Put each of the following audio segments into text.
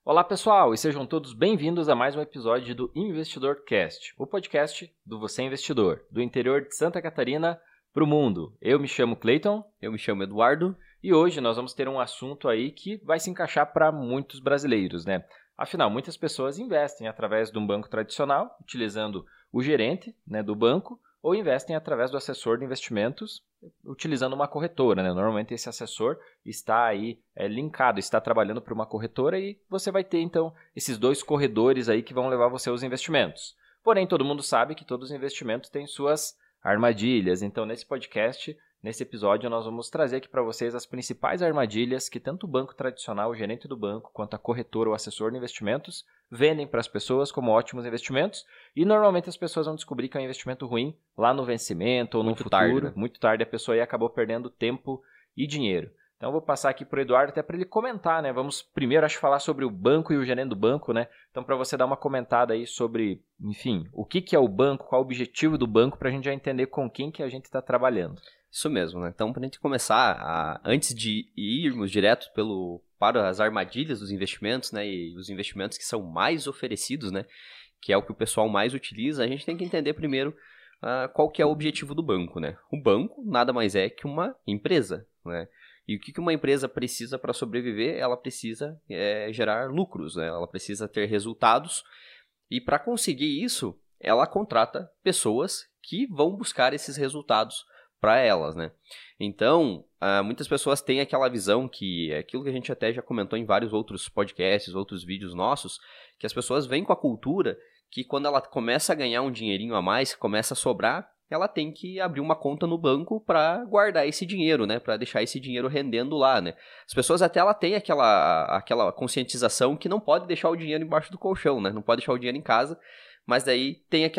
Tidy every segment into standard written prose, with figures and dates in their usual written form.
Olá pessoal, e sejam todos bem-vindos a mais um episódio do Investidor Cast, o podcast do Você Investidor, do interior de Santa Catarina para o mundo. Eu me chamo Cleiton. Eu me chamo Eduardo. E hoje nós vamos ter um assunto aí que vai se encaixar para muitos brasileiros, né? Afinal, muitas pessoas investem através de um banco tradicional, utilizando o gerente, né, do banco, ou investem através do assessor de investimentos, utilizando uma corretora, né? Normalmente esse assessor está aí linkado, está trabalhando para uma corretora e você vai ter então esses dois corredores aí que vão levar você aos investimentos. Porém, todo mundo sabe que todos os investimentos têm suas armadilhas. Então, nesse podcast, nesse episódio, nós vamos trazer aqui para vocês as principais armadilhas que tanto o banco tradicional, o gerente do banco, quanto a corretora ou assessor de investimentos vendem para as pessoas como ótimos investimentos. E normalmente as pessoas vão descobrir que é um investimento ruim lá no vencimento ou no futuro. Tarde, né? Muito tarde a pessoa aí acabou perdendo tempo e dinheiro. Então eu vou passar aqui para o Eduardo até para ele comentar, né? Vamos primeiro, acho, falar sobre o banco e o gerente do banco, né? Então para você dar uma comentada aí sobre, enfim, o que é o banco, qual o objetivo do banco, para a gente já entender com quem que a gente está trabalhando. Isso mesmo, né? Então, para a gente começar, antes de irmos direto para as armadilhas dos investimentos, né? E os investimentos que são mais oferecidos, né? Que é o que o pessoal mais utiliza, a gente tem que entender primeiro qual que é o objetivo do banco, né? O banco nada mais é que uma empresa, né? E o que uma empresa precisa para sobreviver? Ela precisa gerar lucros, né? Ela precisa ter resultados. E para conseguir isso, ela contrata pessoas que vão buscar esses resultados para elas, né? Então, muitas pessoas têm aquela visão que é aquilo que a gente até já comentou em vários outros podcasts, outros vídeos nossos, que as pessoas vêm com a cultura que quando ela começa a ganhar um dinheirinho a mais, começa a sobrar, ela tem que abrir uma conta no banco para guardar esse dinheiro, né? Para deixar esse dinheiro rendendo lá, né? As pessoas até ela tem aquela conscientização que não pode deixar o dinheiro embaixo do colchão, né? Não pode deixar o dinheiro em casa, mas daí tem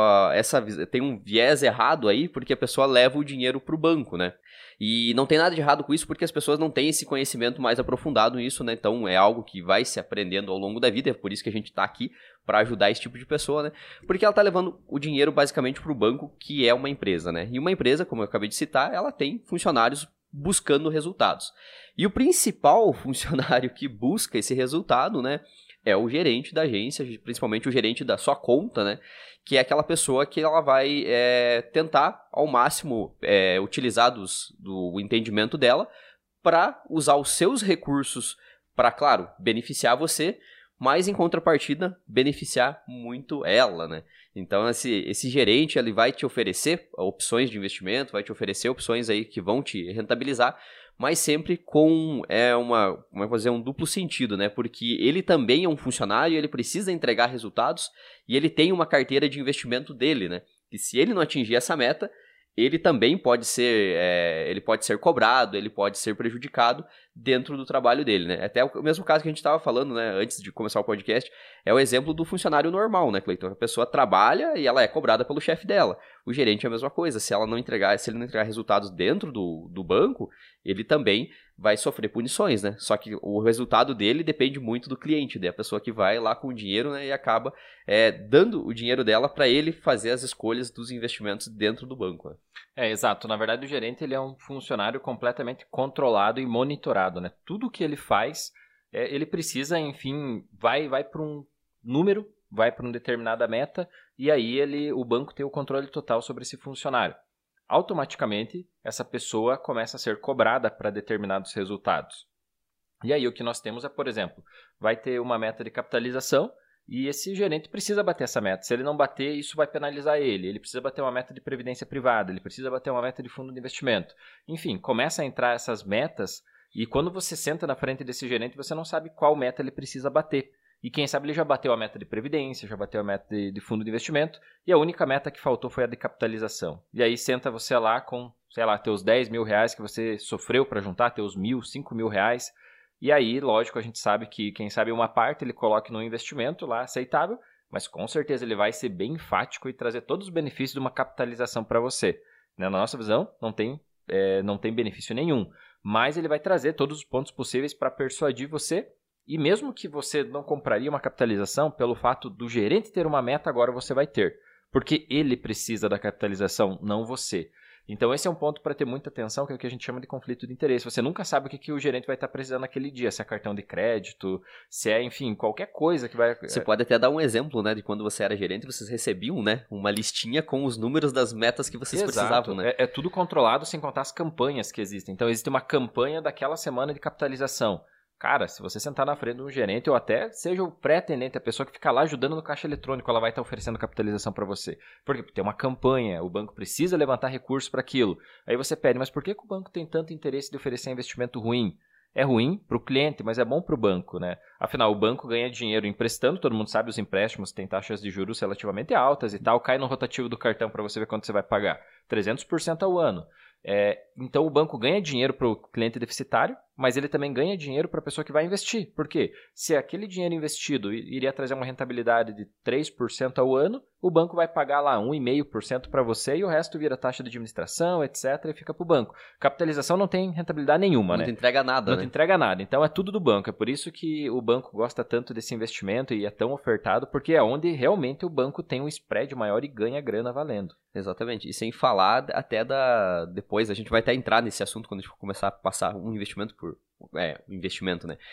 tem um viés errado aí, porque a pessoa leva o dinheiro pro banco, né? E não tem nada de errado com isso, porque as pessoas não têm esse conhecimento mais aprofundado nisso, né? Então é algo que vai se aprendendo ao longo da vida, é por isso que a gente tá aqui para ajudar esse tipo de pessoa, né? Porque ela tá levando o dinheiro basicamente pro banco, que é uma empresa, né? E uma empresa, como eu acabei de citar, ela tem funcionários buscando resultados. E o principal funcionário que busca esse resultado, né, é o gerente da agência, principalmente o gerente da sua conta, né? Que é aquela pessoa que ela vai tentar ao máximo utilizar do entendimento dela para usar os seus recursos para, claro, beneficiar você, mas em contrapartida beneficiar muito ela, né? Então esse gerente ele vai te oferecer opções de investimento, vai te oferecer opções aí que vão te rentabilizar, mas sempre com um duplo sentido, né? Porque ele também é um funcionário, ele precisa entregar resultados e ele tem uma carteira de investimento dele, né? E se ele não atingir essa meta, ele também pode ser cobrado, ele pode ser prejudicado dentro do trabalho dele, né? Até o mesmo caso que a gente estava falando, né, antes de começar o podcast, é o exemplo do funcionário normal, né, Cleiton? A pessoa trabalha e ela é cobrada pelo chefe dela. O gerente é a mesma coisa, se ele não entregar resultados dentro do banco, ele também vai sofrer punições, né? Só que o resultado dele depende muito do cliente, da pessoa que vai lá com o dinheiro, né, e acaba dando o dinheiro dela para ele fazer as escolhas dos investimentos dentro do banco, né? Exato. Na verdade, o gerente ele é um funcionário completamente controlado e monitorado, né? Tudo que ele faz, ele precisa, enfim, vai para um número, vai para uma determinada meta, e aí o banco tem o controle total sobre esse funcionário. Automaticamente, essa pessoa começa a ser cobrada para determinados resultados. E aí o que nós temos é, por exemplo, vai ter uma meta de capitalização e esse gerente precisa bater essa meta. Se ele não bater, isso vai penalizar ele. Ele precisa bater uma meta de previdência privada, ele precisa bater uma meta de fundo de investimento. Enfim, começa a entrar essas metas e quando você senta na frente desse gerente, você não sabe qual meta ele precisa bater. E quem sabe ele já bateu a meta de previdência, já bateu a meta de fundo de investimento, e a única meta que faltou foi a de capitalização. E aí senta você lá com, sei lá, teus 10 mil reais que você sofreu para juntar, teus 1.000, 5 mil reais. E aí, lógico, a gente sabe que quem sabe uma parte ele coloque no investimento lá aceitável, mas com certeza ele vai ser bem enfático e trazer todos os benefícios de uma capitalização para você. Na nossa visão, não tem benefício nenhum, mas ele vai trazer todos os pontos possíveis para persuadir você. E mesmo que você não compraria uma capitalização, pelo fato do gerente ter uma meta, agora você vai ter. Porque ele precisa da capitalização, não você. Então esse é um ponto para ter muita atenção, que é o que a gente chama de conflito de interesse. Você nunca sabe o que o gerente vai estar precisando naquele dia, se é cartão de crédito, se é, enfim, qualquer coisa que vai... Você pode até dar um exemplo, né, de quando você era gerente, vocês recebiam, né, uma listinha com os números das metas que vocês precisavam, né? É tudo controlado sem contar as campanhas que existem. Então existe uma campanha daquela semana de capitalização. Cara, se você sentar na frente de um gerente, ou até seja o pré-atendente, a pessoa que fica lá ajudando no caixa eletrônico, ela vai estar oferecendo capitalização para você. Por quê? Porque tem uma campanha, o banco precisa levantar recursos para aquilo. Aí você pede, mas por que o banco tem tanto interesse de oferecer investimento ruim? É ruim para o cliente, mas é bom para o banco, né? Afinal, o banco ganha dinheiro emprestando, todo mundo sabe, os empréstimos têm taxas de juros relativamente altas e tal, cai no rotativo do cartão para você ver quanto você vai pagar. 300% ao ano. Então o banco ganha dinheiro para o cliente deficitário, mas ele também ganha dinheiro para a pessoa que vai investir. Por quê? Se aquele dinheiro investido iria trazer uma rentabilidade de 3% ao ano, o banco vai pagar lá 1,5% para você e o resto vira taxa de administração, etc. e fica para o banco. Capitalização não tem rentabilidade nenhuma, né? Não te entrega nada, Não te entrega nada. Então é tudo do banco. É por isso que o banco gosta tanto desse investimento e é tão ofertado, porque é onde realmente o banco tem um spread maior e ganha grana valendo. Exatamente. E sem falar até depois, a gente vai até entrar nesse assunto quando a gente começar a passar um investimento um investimento, né?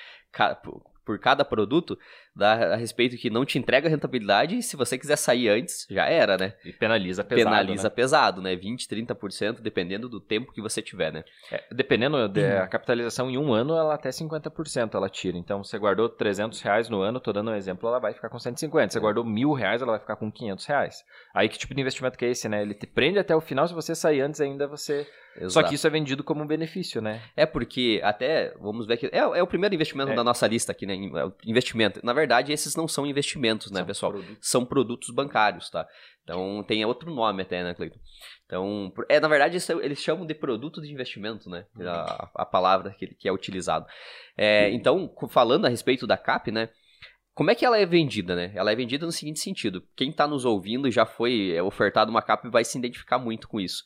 Por cada produto, dá a respeito que não te entrega rentabilidade e se você quiser sair antes, já era, né? E penaliza pesado. Penaliza pesado, né? 20%, 30%, dependendo do tempo que você tiver, né? Dependendo da capitalização, em um ano, ela até 50% ela tira. Então, você guardou R$300 no ano, tô dando um exemplo, ela vai ficar com 150. Você guardou R$1.000, ela vai ficar com R$500. Aí, que tipo de investimento que é esse, né? Ele te prende até o final, se você sair antes ainda, você... Exato. Só que isso é vendido como um benefício, né? É porque até, vamos ver que é o primeiro investimento da nossa lista aqui, né? Investimento. Na verdade, esses não são investimentos, né, pessoal? São produtos bancários, tá? Então, tem outro nome até, né, Cleiton? Então, na verdade, eles chamam de produto de investimento, né? A palavra que é utilizado. Então, falando a respeito da CAP, né? Como é que ela é vendida, né? Ela é vendida no seguinte sentido. Quem está nos ouvindo e já foi ofertado uma CAP vai se identificar muito com isso.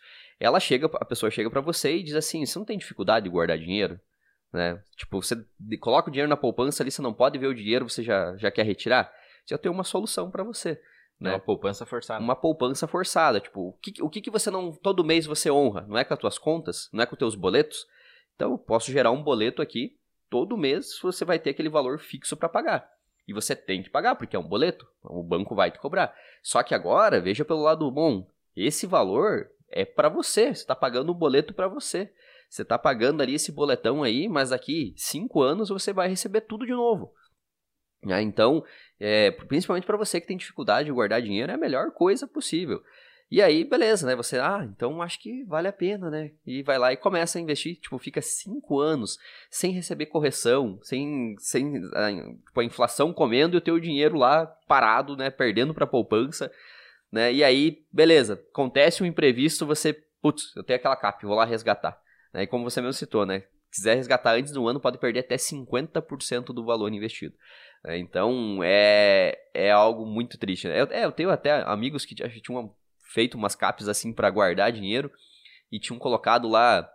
A pessoa chega para você e diz assim, você não tem dificuldade de guardar dinheiro? Né? Tipo, você coloca o dinheiro na poupança ali, você não pode ver o dinheiro, você já quer retirar? Já tem uma solução para você. Né? Uma poupança forçada. Uma poupança forçada. Tipo, o que você não... Todo mês você honra? Não é com as tuas contas? Não é com os teus boletos? Então, eu posso gerar um boleto aqui, todo mês você vai ter aquele valor fixo para pagar. E você tem que pagar, porque é um boleto. O banco vai te cobrar. Só que agora, veja pelo lado bom. Esse valor é para você. Você está pagando um boleto para você. Você está pagando ali esse boletão aí, mas daqui 5 anos você vai receber tudo de novo. Então, principalmente para você que tem dificuldade de guardar dinheiro, é a melhor coisa possível. E aí, beleza, né? Você, então acho que vale a pena, né? E vai lá e começa a investir, tipo, fica 5 anos sem receber correção, sem tipo, a inflação comendo e o teu dinheiro lá parado, né? Perdendo para poupança, né? E aí, beleza, acontece um imprevisto, você, putz, eu tenho aquela CAP, vou lá resgatar. E como você mesmo citou, né? Se quiser resgatar antes do ano, pode perder até 50% do valor investido. Então, é algo muito triste. Né? Eu tenho até amigos que tinham feito umas CAPs assim para guardar dinheiro e tinham colocado lá,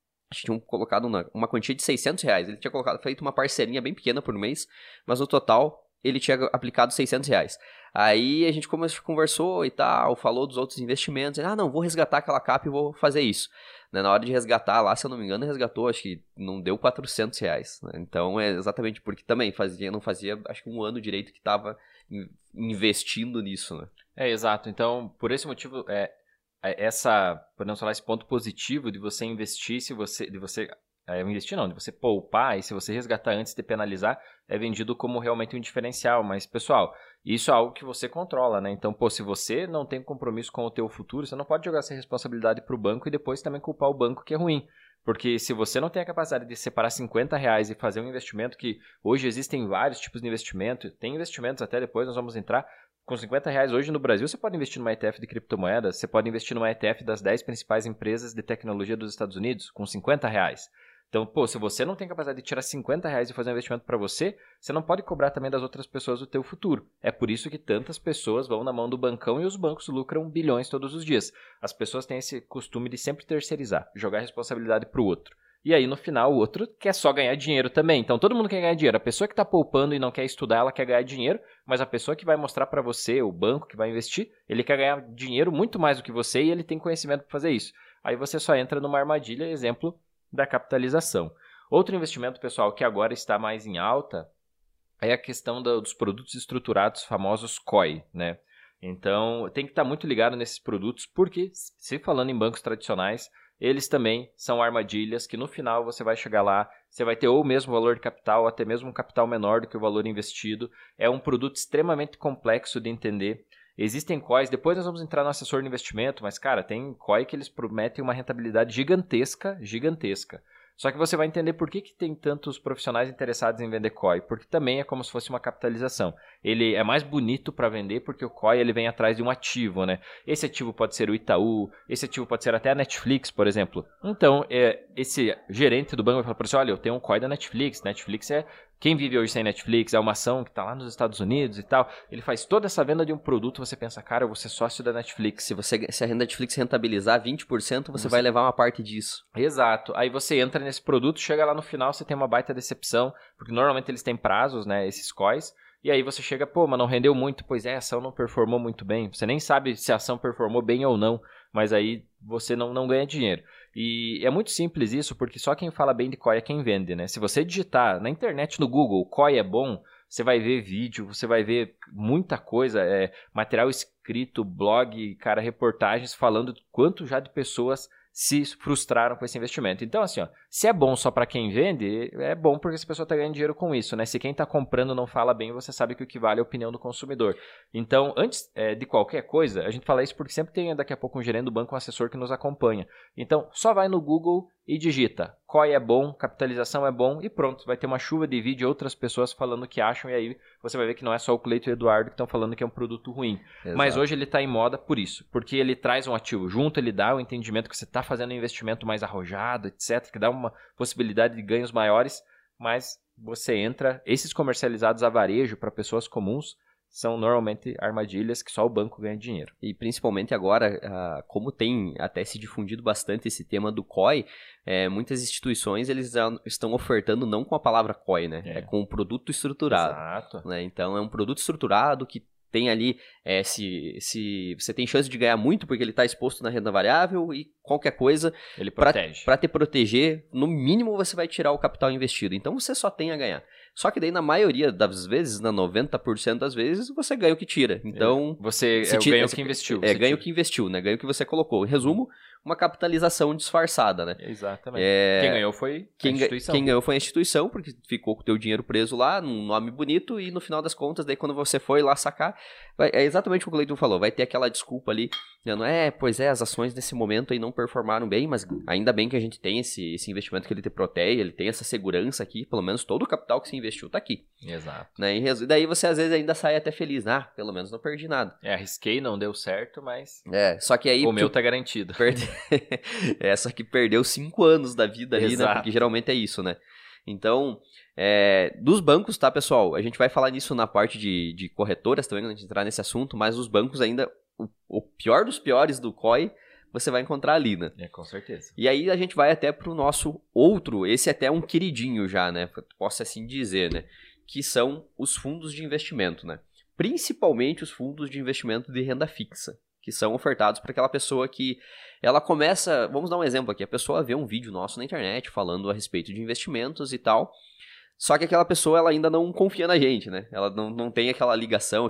uma quantia de R$600. Ele tinha feito uma parcelinha bem pequena por mês, mas no total ele tinha aplicado R$600. Aí a gente conversou e tal, falou dos outros investimentos. Não, vou resgatar aquela CAP e vou fazer isso. Na hora de resgatar lá, se eu não me engano, resgatou, acho que não deu R$400. Né? Então é exatamente porque também não fazia, acho que um ano direito que estava investindo nisso, né? Exato. Então, por esse motivo, podemos falar esse ponto positivo de você investir, de você poupar, e se você resgatar antes de penalizar, é vendido como realmente um diferencial. Mas, pessoal, isso é algo que você controla, né? Então, se você não tem compromisso com o teu futuro, você não pode jogar essa responsabilidade para o banco e depois também culpar o banco que é ruim. Porque se você não tem a capacidade de separar R$50 e fazer um investimento, que hoje existem vários tipos de investimento, tem investimentos até depois, nós vamos entrar, com R$50 hoje no Brasil, você pode investir numa ETF de criptomoedas, você pode investir numa ETF das 10 principais empresas de tecnologia dos Estados Unidos, com R$50. Então, se você não tem capacidade de tirar R$50 e fazer um investimento para você, você não pode cobrar também das outras pessoas o teu futuro. É por isso que tantas pessoas vão na mão do bancão e os bancos lucram bilhões todos os dias. As pessoas têm esse costume de sempre terceirizar, jogar a responsabilidade para o outro. E aí, no final, o outro quer só ganhar dinheiro também. Então, todo mundo quer ganhar dinheiro. A pessoa que está poupando e não quer estudar, ela quer ganhar dinheiro, mas a pessoa que vai mostrar para você, o banco que vai investir, ele quer ganhar dinheiro muito mais do que você e ele tem conhecimento para fazer isso. aí você só entra numa armadilha, exemplo da capitalização. Outro investimento, pessoal, que agora está mais em alta é a questão dos produtos estruturados, famosos COI, né? Então, tem que estar muito ligado nesses produtos, porque, se falando em bancos tradicionais, eles também são armadilhas que no final você vai chegar lá, você vai ter ou o mesmo valor de capital, ou até mesmo um capital menor do que o valor investido. É um produto extremamente complexo de entender. Existem COIs, depois nós vamos entrar no assessor de investimento, mas, cara, tem COI que eles prometem uma rentabilidade gigantesca, gigantesca. Só que você vai entender por que tem tantos profissionais interessados em vender COI, porque também é como se fosse uma capitalização. Ele é mais bonito para vender porque o COI ele vem atrás de um ativo, né? Esse ativo pode ser o Itaú, esse ativo pode ser até a Netflix, por exemplo. Então, esse gerente do banco vai falar para você, olha, eu tenho um COI da Netflix. Netflix é... Quem vive hoje sem Netflix, é uma ação que está lá nos Estados Unidos e tal. Ele faz toda essa venda de um produto, você pensa, cara, eu vou ser sócio da Netflix. Se a renda Netflix rentabilizar 20%, você vai levar uma parte disso. Exato. Aí você entra nesse produto, chega lá no final, você tem uma baita decepção, porque normalmente eles têm prazos, né, esses COIs, e aí você chega, pô, mas não rendeu muito, pois a ação não performou muito bem. Você nem sabe se a ação performou bem ou não, mas aí você não ganha dinheiro. E é muito simples isso, porque só quem fala bem de COI é quem vende, né? Se você digitar na internet, no Google, COI é bom, você vai ver vídeo, você vai ver muita coisa, material escrito, blog, cara, reportagens falando quanto já de pessoas se frustraram com esse investimento. Então, assim, ó, se é bom só para quem vende, é bom porque essa pessoa está ganhando dinheiro com isso, né? Se quem está comprando não fala bem, você sabe que o que vale é a opinião do consumidor. Então, antes de qualquer coisa, a gente fala isso porque sempre tem daqui a pouco um gerente do banco, um assessor que nos acompanha. Então, só vai no Google e digita COI é bom, capitalização é bom e pronto, vai ter uma chuva de vídeo de outras pessoas falando o que acham e aí você vai ver que não é só o Cleito e o Eduardo que estão falando que é um produto ruim. Exato. Mas hoje ele está em moda por isso, porque ele traz um ativo junto, ele dá o entendimento que você está fazendo um investimento mais arrojado, etc, que dá uma possibilidade de ganhos maiores, mas você entra, esses comercializados a varejo para pessoas comuns, são normalmente armadilhas que só o banco ganha dinheiro. E principalmente agora, como tem até se difundido bastante esse tema do COI, muitas instituições eles estão ofertando não com a palavra COI, né? É com o produto estruturado. Exato. Né? Então é um produto estruturado que tem ali, se você tem chance de ganhar muito porque ele está exposto na renda variável e qualquer coisa, ele protege. Para te proteger, no mínimo você vai tirar o capital investido. Então você só tem a ganhar. Só que daí na maioria das vezes, na 90% das vezes, você ganha o que tira. Então você ganha o que investiu. Ganha o que investiu, né? Ganha o que você colocou. Em resumo, uma capitalização disfarçada, né? Exatamente. Quem ganhou foi a instituição. Quem ganhou foi a instituição, porque ficou com o teu dinheiro preso lá, num nome bonito, e no final das contas, daí quando você foi lá sacar, é exatamente o que o Cleiton falou, vai ter aquela desculpa ali, dizendo, as ações nesse momento aí não performaram bem, mas ainda bem que a gente tem esse investimento que ele te protege, ele tem essa segurança aqui, pelo menos todo o capital que você investiu tá aqui. Exato. Né? E daí você às vezes ainda sai até feliz, pelo menos não perdi nada. Arrisquei, não deu certo, mas... Só que aí... O meu tá garantido. Só que perdeu 5 anos da vida ali, né? Porque geralmente é isso, né? Então, dos bancos, tá, pessoal? A gente vai falar nisso na parte de corretoras também, quando a gente entrar nesse assunto, mas os bancos ainda, o pior dos piores do COI, você vai encontrar ali, né? Com certeza. E aí a gente vai até pro nosso outro, esse até é um queridinho já, né? Posso assim dizer, né? Que são os fundos de investimento, né? Principalmente os fundos de investimento de renda fixa, que são ofertados para aquela pessoa que ela começa, vamos dar um exemplo aqui, a pessoa vê um vídeo nosso na internet falando a respeito de investimentos e tal, só que aquela pessoa ela ainda não confia na gente, né? Ela não tem aquela ligação,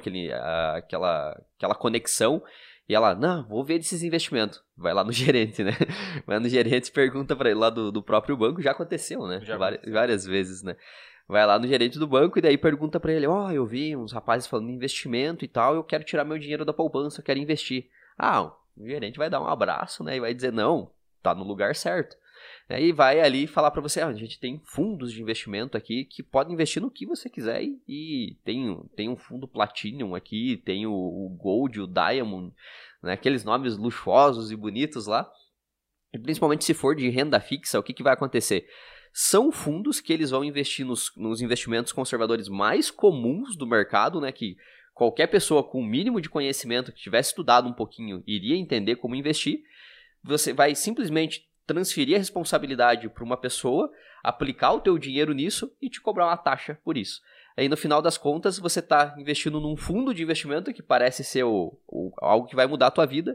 aquela conexão, e ela, não, vou ver desses investimentos. Vai lá no gerente, né? Vai no gerente e pergunta para ele lá do próprio banco, já aconteceu, né? Várias vezes, né? Vai lá no gerente do banco e daí pergunta pra ele, eu vi uns rapazes falando de investimento e tal, eu quero tirar meu dinheiro da poupança, eu quero investir. O gerente vai dar um abraço, né, e vai dizer, não, tá no lugar certo. E vai ali falar pra você, a gente tem fundos de investimento aqui que podem investir no que você quiser e tem um fundo Platinum aqui, tem o Gold, o Diamond, né, aqueles nomes luxuosos e bonitos lá. E principalmente se for de renda fixa, o que vai acontecer? São fundos que eles vão investir nos investimentos conservadores mais comuns do mercado, né? Que qualquer pessoa com o mínimo de conhecimento, que tivesse estudado um pouquinho, iria entender como investir. Você vai simplesmente transferir a responsabilidade para uma pessoa, aplicar o teu dinheiro nisso e te cobrar uma taxa por isso. Aí no final das contas, você está investindo num fundo de investimento que parece ser algo que vai mudar a tua vida,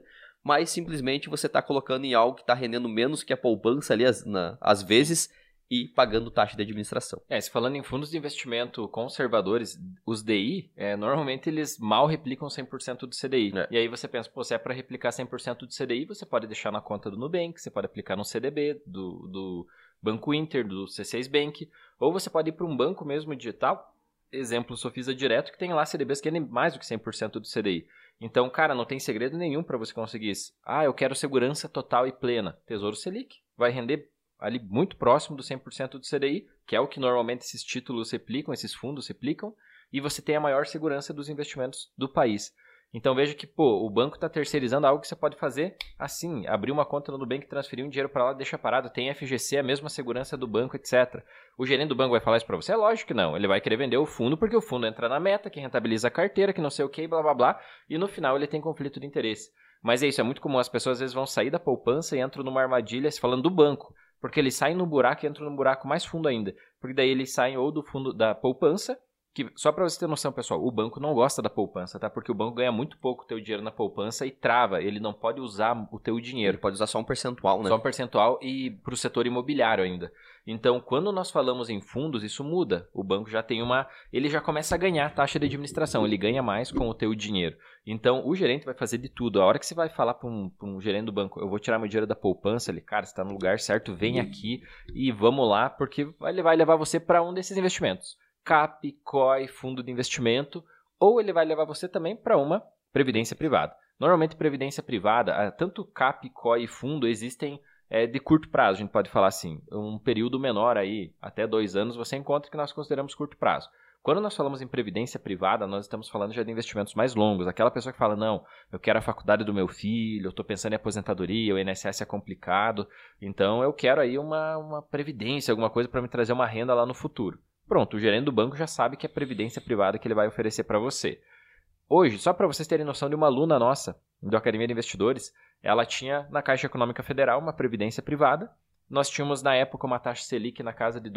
mas simplesmente você está colocando em algo que está rendendo menos que a poupança ali, às vezes, e pagando taxa de administração. Se falando em fundos de investimento conservadores, os DI, normalmente eles mal replicam 100% do CDI. E aí você pensa, se é para replicar 100% do CDI, você pode deixar na conta do Nubank, você pode aplicar no CDB, do Banco Inter, do C6 Bank, ou você pode ir para um banco mesmo digital, exemplo Sofisa Direto, que tem lá CDBs que rendem mais do que 100% do CDI. Então, cara, não tem segredo nenhum para você conseguir isso. Eu quero segurança total e plena. Tesouro Selic vai render ali muito próximo do 100% do CDI, que é o que normalmente esses títulos replicam, esses fundos replicam, e você tem a maior segurança dos investimentos do país. Então veja que, o banco está terceirizando algo que você pode fazer assim, abrir uma conta no Nubank, transferir um dinheiro para lá, deixa parado, tem FGC, a mesma segurança do banco, etc. O gerente do banco vai falar isso para você? É lógico que não, ele vai querer vender o fundo porque o fundo entra na meta, que rentabiliza a carteira, que não sei o que, blá blá blá, e no final ele tem conflito de interesse. Mas é isso, é muito comum, as pessoas às vezes vão sair da poupança e entram numa armadilha falando do banco, porque eles saem no buraco e entram num buraco mais fundo ainda, porque daí eles saem ou do fundo da poupança, que, só para você ter noção, pessoal, o banco não gosta da poupança, tá? Porque o banco ganha muito pouco o teu dinheiro na poupança e trava. Ele não pode usar o teu dinheiro. Ele pode usar só um percentual, né? Só um percentual e para o setor imobiliário ainda. Então, quando nós falamos em fundos, isso muda. O banco já tem ele já começa a ganhar taxa de administração. Ele ganha mais com o teu dinheiro. Então, o gerente vai fazer de tudo. A hora que você vai falar para um gerente do banco, eu vou tirar meu dinheiro da poupança, ele, cara, você está no lugar certo, vem aqui e vamos lá, porque ele vai levar você para um desses investimentos. CAP, COI, fundo de investimento, ou ele vai levar você também para uma previdência privada. Normalmente, previdência privada, tanto CAP, COI e fundo existem de curto prazo, a gente pode falar assim, um período menor aí, até 2 anos, você encontra que nós consideramos curto prazo. Quando nós falamos em previdência privada, nós estamos falando já de investimentos mais longos. Aquela pessoa que fala, não, eu quero a faculdade do meu filho, eu estou pensando em aposentadoria, o INSS é complicado, então eu quero aí uma previdência, alguma coisa para me trazer uma renda lá no futuro. Pronto, o gerente do banco já sabe que é previdência privada que ele vai oferecer para você. Hoje, só para vocês terem noção de uma aluna nossa, da Academia de Investidores, ela tinha na Caixa Econômica Federal uma previdência privada. Nós tínhamos na época uma taxa Selic na casa de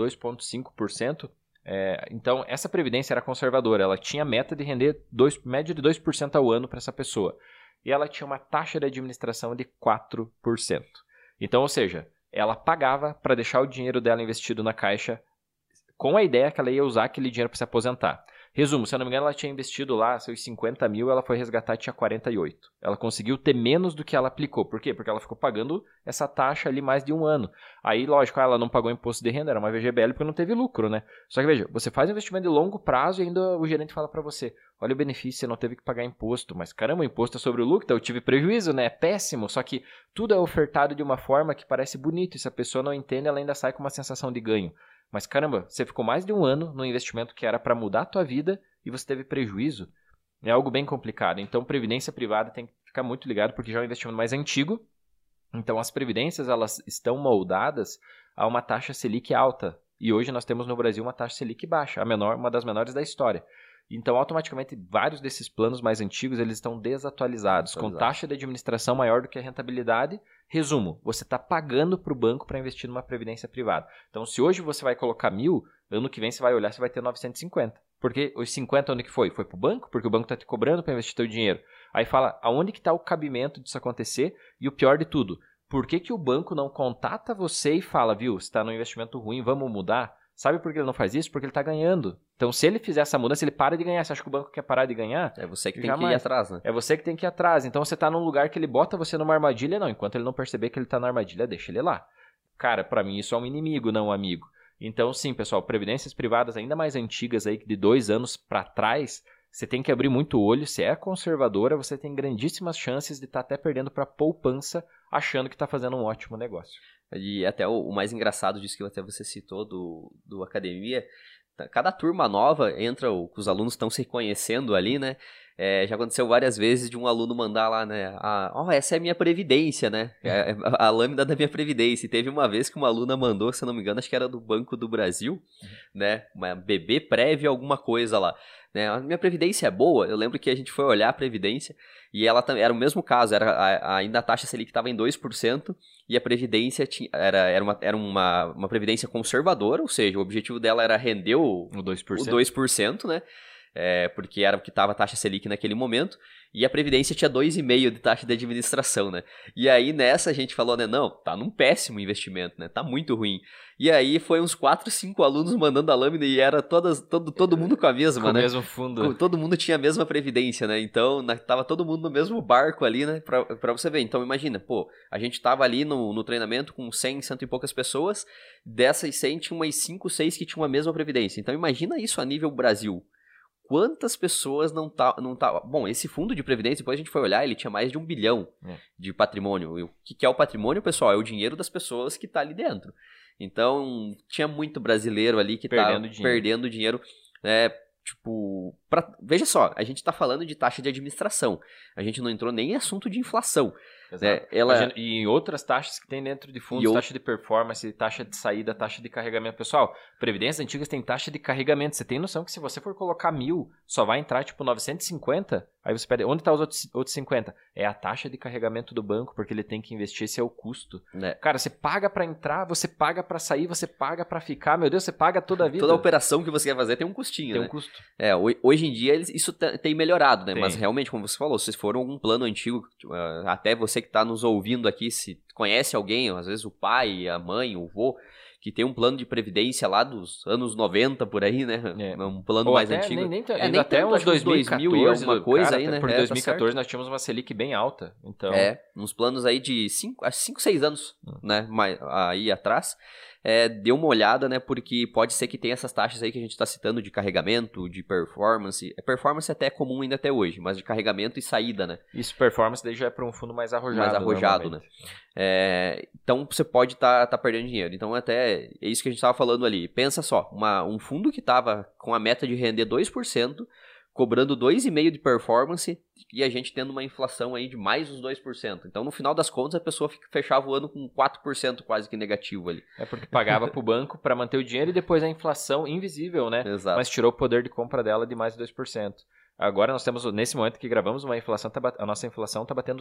2,5%. Então, essa previdência era conservadora. Ela tinha meta de render média de 2% ao ano para essa pessoa. E ela tinha uma taxa de administração de 4%. Então, ou seja, ela pagava para deixar o dinheiro dela investido na Caixa com a ideia que ela ia usar aquele dinheiro para se aposentar. Resumo, se eu não me engano, ela tinha investido lá seus 50 mil, ela foi resgatar e tinha 48. Ela conseguiu ter menos do que ela aplicou. Por quê? Porque ela ficou pagando essa taxa ali mais de 1 ano. Aí, lógico, ela não pagou imposto de renda, era uma VGBL porque não teve lucro, né? Só que veja, você faz um investimento de longo prazo e ainda o gerente fala para você, olha o benefício, você não teve que pagar imposto. Mas caramba, o imposto é sobre o lucro, então eu tive prejuízo, né? É péssimo. Só que tudo é ofertado de uma forma que parece bonito. E se a pessoa não entende, ela ainda sai com uma sensação de ganho. Mas caramba, você ficou mais de 1 ano no investimento que era para mudar a tua vida e você teve prejuízo. É algo bem complicado. Então, previdência privada tem que ficar muito ligado porque já é um investimento mais antigo. Então, as previdências elas estão moldadas a uma taxa Selic alta. E hoje nós temos no Brasil uma taxa Selic baixa, uma das menores da história. Então, automaticamente, vários desses planos mais antigos eles estão desatualizados, com taxa de administração maior do que a rentabilidade. Resumo, você está pagando para o banco para investir numa previdência privada. Então, se hoje você vai colocar 1.000, ano que vem você vai olhar, você vai ter 950. Porque os 50 onde que foi? Foi para o banco? Porque o banco está te cobrando para investir teu dinheiro. Aí fala, aonde que está o cabimento disso acontecer? E o pior de tudo, por que o banco não contata você e fala, viu, você está num investimento ruim, vamos mudar? Sabe por que ele não faz isso? Porque ele está ganhando. Então, se ele fizer essa mudança, ele para de ganhar. Você acha que o banco quer parar de ganhar? É você que tem que ir atrás, né? É você que tem que ir atrás. Então, você está num lugar que ele bota você numa armadilha. Não, enquanto ele não perceber que ele está na armadilha, deixa ele lá. Cara, para mim isso é um inimigo, não um amigo. Então, sim, pessoal, previdências privadas ainda mais antigas aí, de 2 anos para trás, você tem que abrir muito o olho. Se é conservadora, você tem grandíssimas chances de estar até perdendo para poupança, achando que está fazendo um ótimo negócio. E até o mais engraçado disso que até você citou do Academia, cada turma nova entra, os alunos estão se conhecendo ali, né? Já aconteceu várias vezes de um aluno mandar lá, né? Essa é a minha previdência, né? A lâmina da minha previdência. E teve uma vez que uma aluna mandou, se eu não me engano, acho que era do Banco do Brasil, né? Uma BB Prévia, alguma coisa lá. Né? A minha previdência é boa. Eu lembro que a gente foi olhar a previdência e ela era o mesmo caso. Ainda a taxa Selic estava em 2% e a previdência era uma previdência conservadora, ou seja, o objetivo dela era render o 2%, né? porque era o que estava a taxa Selic naquele momento, e a Previdência tinha 2,5% de taxa de administração, né? E aí nessa a gente falou, né, não, tá num péssimo investimento, né? Tá muito ruim. E aí foi uns 4, 5 alunos mandando a lâmina e era todo mundo com a mesma, com né? o mesmo fundo. Todo mundo tinha a mesma Previdência, né? Então tava todo mundo no mesmo barco ali, né? Pra você ver. Então imagina, pô, a gente tava ali no treinamento com 100 e poucas pessoas, dessas 100 tinha umas 5, 6 que tinham a mesma Previdência. Então imagina isso a nível Brasil. Quantas pessoas não tá... Bom, esse fundo de previdência, depois a gente foi olhar, ele tinha mais de 1 bilhão de patrimônio. E o que é o patrimônio, pessoal? É o dinheiro das pessoas que tá ali dentro. Então, tinha muito brasileiro ali que tá perdendo dinheiro. Tipo, veja só, a gente tá falando de taxa de administração. A gente não entrou nem em assunto de inflação. Exato. E outras taxas que tem dentro de fundos, taxa de performance, taxa de saída, taxa de carregamento. Pessoal, previdências antigas tem taxa de carregamento. Você tem noção que se você for colocar 1.000, só vai entrar tipo 950? Aí você pede, onde tá os outros 50? É a taxa de carregamento do banco, porque ele tem que investir, esse é o custo. Cara, você paga pra entrar, você paga pra sair, você paga pra ficar. Meu Deus, você paga toda a vida. Toda operação que você quer fazer tem um custinho, Tem um custo. Hoje em dia isso tem melhorado, né? Tem. Mas realmente, como você falou, se for algum plano antigo, até você que tá nos ouvindo aqui, se conhece alguém, às vezes o pai, a mãe, o vô, que tem um plano de previdência lá dos anos 90 por aí, né? Um plano mais antigo. Nem até uns 2014 e alguma coisa, cara, aí, né? Por 2014 nós tínhamos uma Selic bem alta. Então... uns planos aí de 5, 6 anos, né? Aí atrás. Dê uma olhada, né? Porque pode ser que tenha essas taxas aí que a gente está citando de carregamento, de performance. Performance até é comum ainda até hoje, mas de carregamento e saída, né? Isso, performance daí já é para um fundo mais arrojado. Né? Então você pode estar perdendo dinheiro. Então até é isso que a gente estava falando ali. Pensa só, um fundo que estava com a meta de render 2%, cobrando 2,5% de performance e a gente tendo uma inflação aí de mais uns 2%. Então, no final das contas, a pessoa fechava o ano com 4% quase que negativo ali. Porque pagava pro banco para manter o dinheiro e depois a inflação invisível, né? Exato. Mas tirou o poder de compra dela de mais de 2%. Agora nós temos, nesse momento que gravamos, a nossa inflação está batendo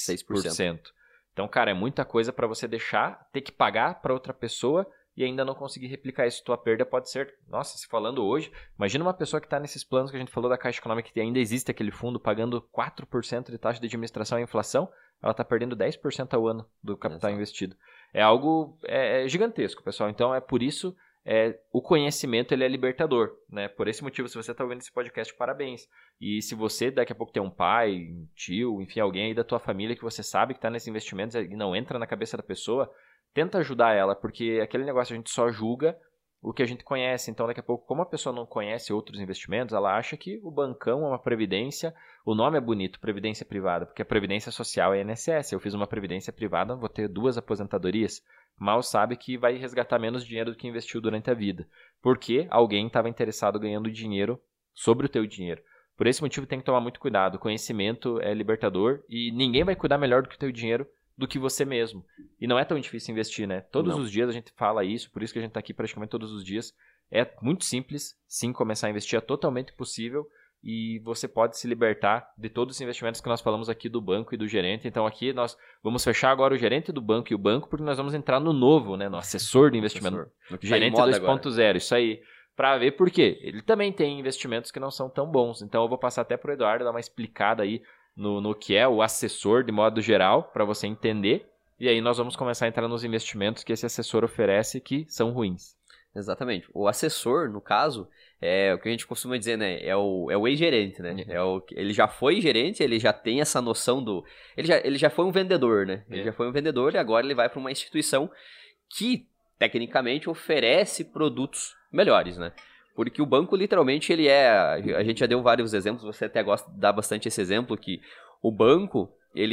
6%. Então, cara, é muita coisa para você ter que pagar para outra pessoa e ainda não conseguir replicar isso. Tua perda pode ser, nossa, se falando hoje, imagina uma pessoa que está nesses planos que a gente falou da Caixa Econômica, que ainda existe aquele fundo pagando 4% de taxa de administração à inflação, ela está perdendo 10% ao ano do capital investido. É algo gigantesco, pessoal. Então, é por isso, o conhecimento ele é libertador, né? Por esse motivo, se você está ouvindo esse podcast, parabéns. E se você daqui a pouco tem um pai, um tio, enfim, alguém aí da tua família que você sabe que está nesses investimentos e não entra na cabeça da pessoa, tenta ajudar ela, porque aquele negócio a gente só julga o que a gente conhece. Então, daqui a pouco, como a pessoa não conhece outros investimentos, ela acha que o bancão é uma previdência. O nome é bonito, previdência privada, porque a previdência social é INSS. Eu fiz uma previdência privada, vou ter 2 aposentadorias. Mal sabe que vai resgatar menos dinheiro do que investiu durante a vida, porque alguém estava interessado ganhando dinheiro sobre o teu dinheiro. Por esse motivo, tem que tomar muito cuidado. O conhecimento é libertador e ninguém vai cuidar melhor do que o teu dinheiro do que você mesmo. E não é tão difícil investir, né? Todos os dias a gente fala isso, por isso que a gente tá aqui praticamente todos os dias. É muito simples, sim, começar a investir, é totalmente possível e você pode se libertar de todos os investimentos que nós falamos aqui do banco e do gerente. Então aqui nós vamos fechar agora o gerente do banco e o banco, porque nós vamos entrar no novo, né? No assessor de investimento. Gerente 2.0, isso aí. Para ver por quê. Ele também tem investimentos que não são tão bons. Então eu vou passar até pro Eduardo dar uma explicada aí no que é o assessor de modo geral, para você entender. E aí nós vamos começar a entrar nos investimentos que esse assessor oferece que são ruins. Exatamente. O assessor, no caso, é o que a gente costuma dizer, né? É o ex-gerente, né? Ele já foi gerente, ele já tem essa noção do... Ele já foi um vendedor, né? Ele já foi um vendedor e agora ele vai para uma instituição que, tecnicamente, oferece produtos melhores, né? Porque o banco, literalmente, ele a gente já deu vários exemplos, você até gosta de dar bastante esse exemplo, que o banco, ele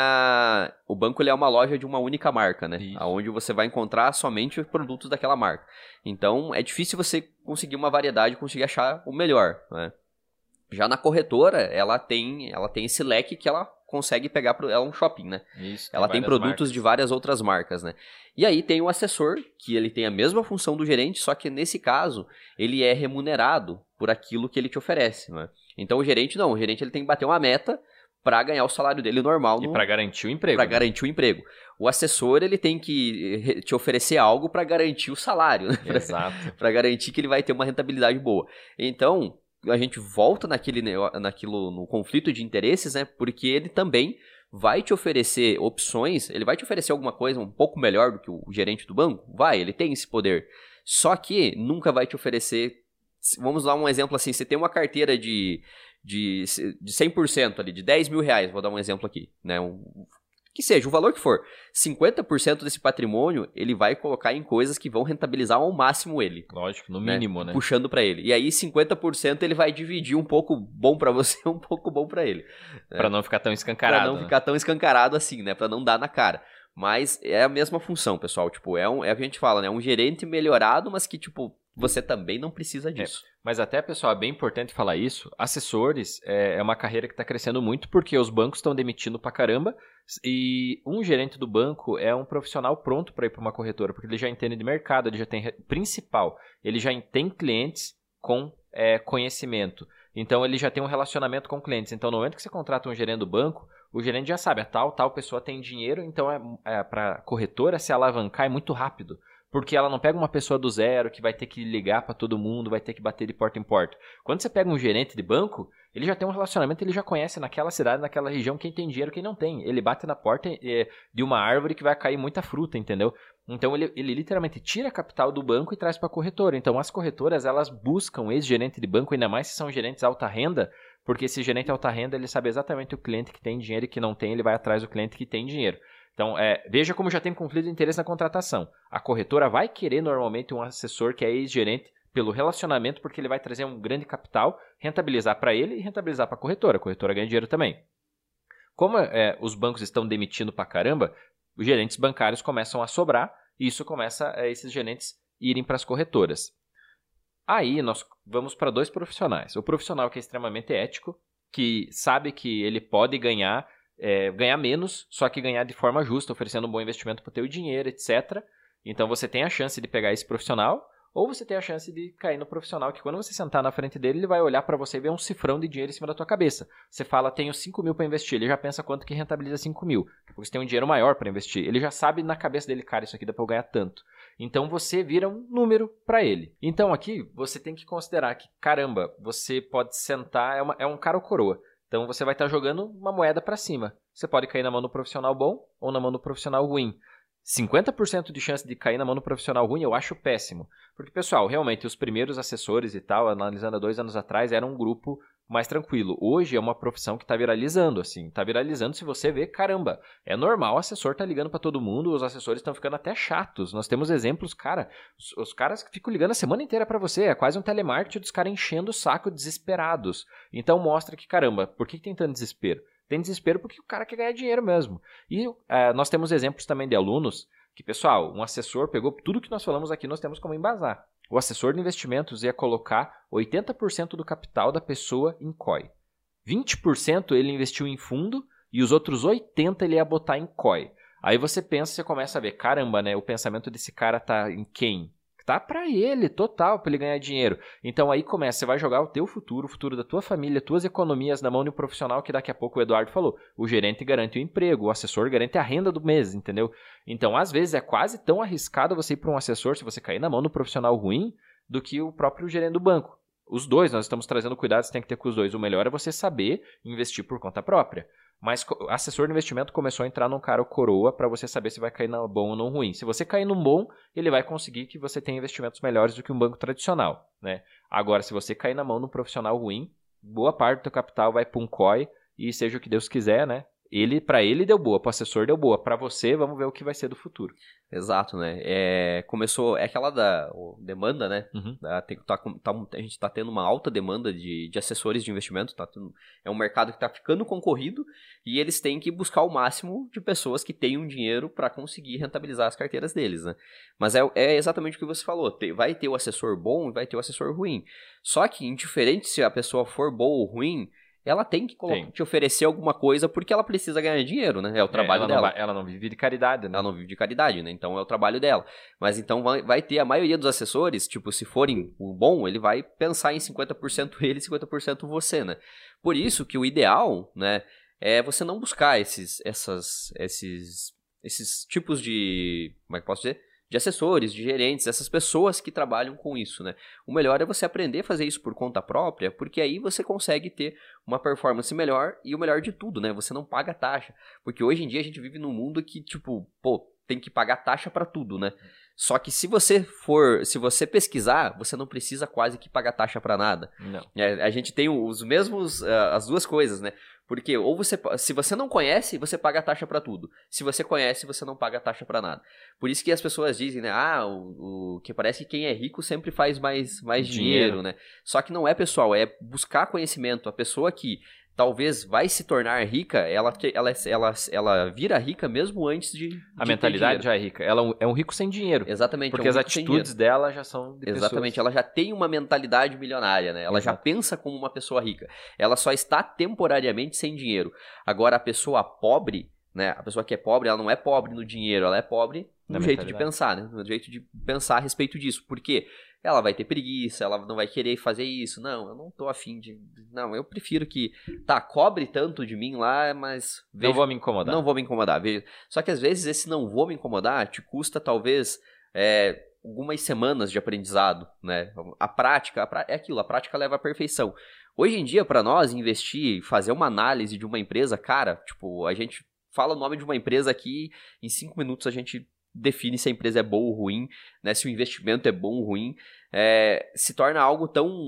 é uma loja de uma única marca, né? Isso. Onde você vai encontrar somente produtos daquela marca. Então, é difícil você conseguir uma variedade, conseguir achar o melhor, né? Já na corretora, ela tem esse leque que ela consegue pegar, ela é um shopping, né? Isso, ela tem produtos de várias outras marcas, né? E aí tem o assessor, que ele tem a mesma função do gerente, só que nesse caso, ele é remunerado por aquilo que ele te oferece, né? Então o gerente não, ele tem que bater uma meta para ganhar o salário dele normal. E para garantir o emprego. Para garantir o emprego. O assessor, ele tem que te oferecer algo para garantir o salário, né? Exato. Para garantir que ele vai ter uma rentabilidade boa. Então, a gente volta naquilo, no conflito de interesses, né? Porque ele também vai te oferecer opções, ele vai te oferecer alguma coisa um pouco melhor do que o gerente do banco? Vai, ele tem esse poder. Só que nunca vai te oferecer... Vamos dar um exemplo assim, você tem uma carteira de 100% ali, de 10 mil reais, vou dar um exemplo aqui, né? Que seja, o valor que for, 50% desse patrimônio, ele vai colocar em coisas que vão rentabilizar ao máximo ele. Lógico, no mínimo, né? Puxando para ele. E aí 50% ele vai dividir um pouco bom para você, um pouco bom para ele. Para não ficar tão escancarado. Para não ficar tão escancarado assim, né? Para não dar na cara. Mas é a mesma função, pessoal. Tipo, é o que a gente fala, né? Um gerente melhorado, mas que, tipo, você também não precisa disso. Mas até, pessoal, é bem importante falar isso. Assessores é uma carreira que está crescendo muito porque os bancos estão demitindo pra caramba e um gerente do banco é um profissional pronto para ir para uma corretora, porque ele já entende de mercado, ele já tem... Principal, ele já tem clientes com conhecimento. Então, ele já tem um relacionamento com clientes. Então, no momento que você contrata um gerente do banco, o gerente já sabe, tal pessoa tem dinheiro, então para a corretora se alavancar é muito rápido. Porque ela não pega uma pessoa do zero que vai ter que ligar para todo mundo, vai ter que bater de porta em porta. Quando você pega um gerente de banco, ele já tem um relacionamento, ele já conhece naquela cidade, naquela região, quem tem dinheiro e quem não tem. Ele bate na porta de uma árvore que vai cair muita fruta, entendeu? Então ele literalmente tira a capital do banco e traz para a corretora. Então as corretoras, elas buscam ex-gerente de banco, ainda mais se são gerentes alta renda, porque esse gerente alta renda, ele sabe exatamente o cliente que tem dinheiro e que não tem, ele vai atrás do cliente que tem dinheiro. Então, veja como já tem conflito de interesse na contratação. A corretora vai querer normalmente um assessor que é ex-gerente pelo relacionamento, porque ele vai trazer um grande capital, rentabilizar para ele e rentabilizar para a corretora ganha dinheiro também. Como os bancos estão demitindo para caramba, os gerentes bancários começam a sobrar e isso começa esses gerentes irem para as corretoras. Aí nós vamos para dois profissionais. O profissional que é extremamente ético, que sabe que ele pode ganhar menos, só que ganhar de forma justa, oferecendo um bom investimento para o teu dinheiro, etc. Então você tem a chance de pegar esse profissional, ou você tem a chance de cair no profissional que quando você sentar na frente dele, ele vai olhar para você e ver um cifrão de dinheiro em cima da tua cabeça. Você fala, tenho 5 mil para investir, ele já pensa quanto que rentabiliza 5 mil, porque você tem um dinheiro maior para investir. Ele já sabe na cabeça dele, cara, isso aqui dá para eu ganhar tanto. Então você vira um número para ele. Então aqui você tem que considerar que, caramba, você pode sentar, é um cara ou coroa. Então você vai estar jogando uma moeda para cima. Você pode cair na mão do profissional bom ou na mão do profissional ruim. 50% de chance de cair na mão do profissional ruim eu acho péssimo. Porque, pessoal, realmente os primeiros assessores e tal, analisando há 2 anos atrás, era um grupo mais tranquilo. Hoje é uma profissão que está viralizando, assim. Está viralizando se você vê, caramba, é normal o assessor estar ligando para todo mundo, os assessores estão ficando até chatos. Nós temos exemplos, cara, os caras que ficam ligando a semana inteira para você, é quase um telemarketing dos caras enchendo o saco desesperados. Então mostra que, caramba, por que tem tanto desespero? Tem desespero porque o cara quer ganhar dinheiro mesmo. E nós temos exemplos também de alunos que, pessoal, um assessor pegou tudo que nós falamos aqui, nós temos como embasar. O assessor de investimentos ia colocar 80% do capital da pessoa em COI. 20% ele investiu em fundo e os outros 80% ele ia botar em COI. Aí você pensa, você começa a ver, caramba, né? O pensamento desse cara tá em quem? Tá pra ele, total, pra ele ganhar dinheiro. Então aí começa, você vai jogar o teu futuro, o futuro da tua família, tuas economias na mão de um profissional que daqui a pouco o Eduardo falou. O gerente garante o emprego, o assessor garante a renda do mês, entendeu? Então às vezes é quase tão arriscado você ir para um assessor, se você cair na mão do profissional ruim, do que o próprio gerente do banco. Os dois, nós estamos trazendo cuidado, você tem que ter com os dois. O melhor é você saber investir por conta própria. Mas assessor de investimento começou a entrar num cara ou coroa para você saber se vai cair no bom ou no ruim. Se você cair no bom, ele vai conseguir que você tenha investimentos melhores do que um banco tradicional, né? Agora, se você cair na mão de um profissional ruim, boa parte do teu capital vai para um COI e seja o que Deus quiser, né? Para ele deu boa, para o assessor deu boa. Para você, vamos ver o que vai ser do futuro. Exato, né? Começou, aquela demanda, né? Uhum. A gente está tendo uma alta demanda de assessores de investimento. É um mercado que está ficando concorrido e eles têm que buscar o máximo de pessoas que tenham dinheiro para conseguir rentabilizar as carteiras deles, né? Mas é exatamente o que você falou. Vai ter o assessor bom e vai ter o assessor ruim. Só que, indiferente se a pessoa for boa ou ruim, ela tem que te oferecer alguma coisa porque ela precisa ganhar dinheiro, né? É o trabalho dela. Ela não vive de caridade, né? Ela não vive de caridade, né? Então é o trabalho dela. Mas então vai ter a maioria dos assessores, tipo, se forem o bom, ele vai pensar em 50% ele e 50% você, né? Por isso que o ideal, né, é você não buscar esses tipos de, como é que eu posso dizer? de assessores, de gerentes, essas pessoas que trabalham com isso, né? O melhor é você aprender a fazer isso por conta própria, porque aí você consegue ter uma performance melhor e o melhor de tudo, né? Você não paga taxa. Porque hoje em dia a gente vive num mundo que, tipo, pô, tem que pagar taxa pra tudo, né? Só que se você pesquisar, você não precisa quase que pagar taxa pra nada. Não. A gente tem os mesmos, as duas coisas, né? Porque se você não conhece, você paga taxa pra tudo. Se você conhece, você não paga taxa pra nada. Por isso que as pessoas dizem, né? Que parece que quem é rico sempre faz mais dinheiro, né? Só que não é, pessoal, é buscar conhecimento. A pessoa que talvez vai se tornar rica, ela vira rica mesmo antes de A mentalidade já é rica. Ela é um rico sem dinheiro. Exatamente. Porque as atitudes dela já são de Exatamente, pessoas... ela já tem uma mentalidade milionária, né? Ela já pensa como uma pessoa rica. Ela só está temporariamente sem dinheiro. Agora, a pessoa pobre, né? A pessoa que é pobre, ela não é pobre no dinheiro, ela é pobre no jeito de pensar, né? No jeito de pensar a respeito disso. Por quê? Ela vai ter preguiça, ela não vai querer fazer isso. Não, eu não tô afim de... Não, eu prefiro que... Tá, cobre tanto de mim lá, mas... Não vou me incomodar. Não vou me incomodar. Só que às vezes esse não vou me incomodar te custa talvez algumas semanas de aprendizado, né? A prática é aquilo, a prática leva à perfeição. Hoje em dia, para nós investir, fazer uma análise de uma empresa, cara, tipo, a gente fala o nome de uma empresa aqui, em 5 minutos a gente define se a empresa é boa ou ruim, né? Se o investimento é bom ou ruim, se torna algo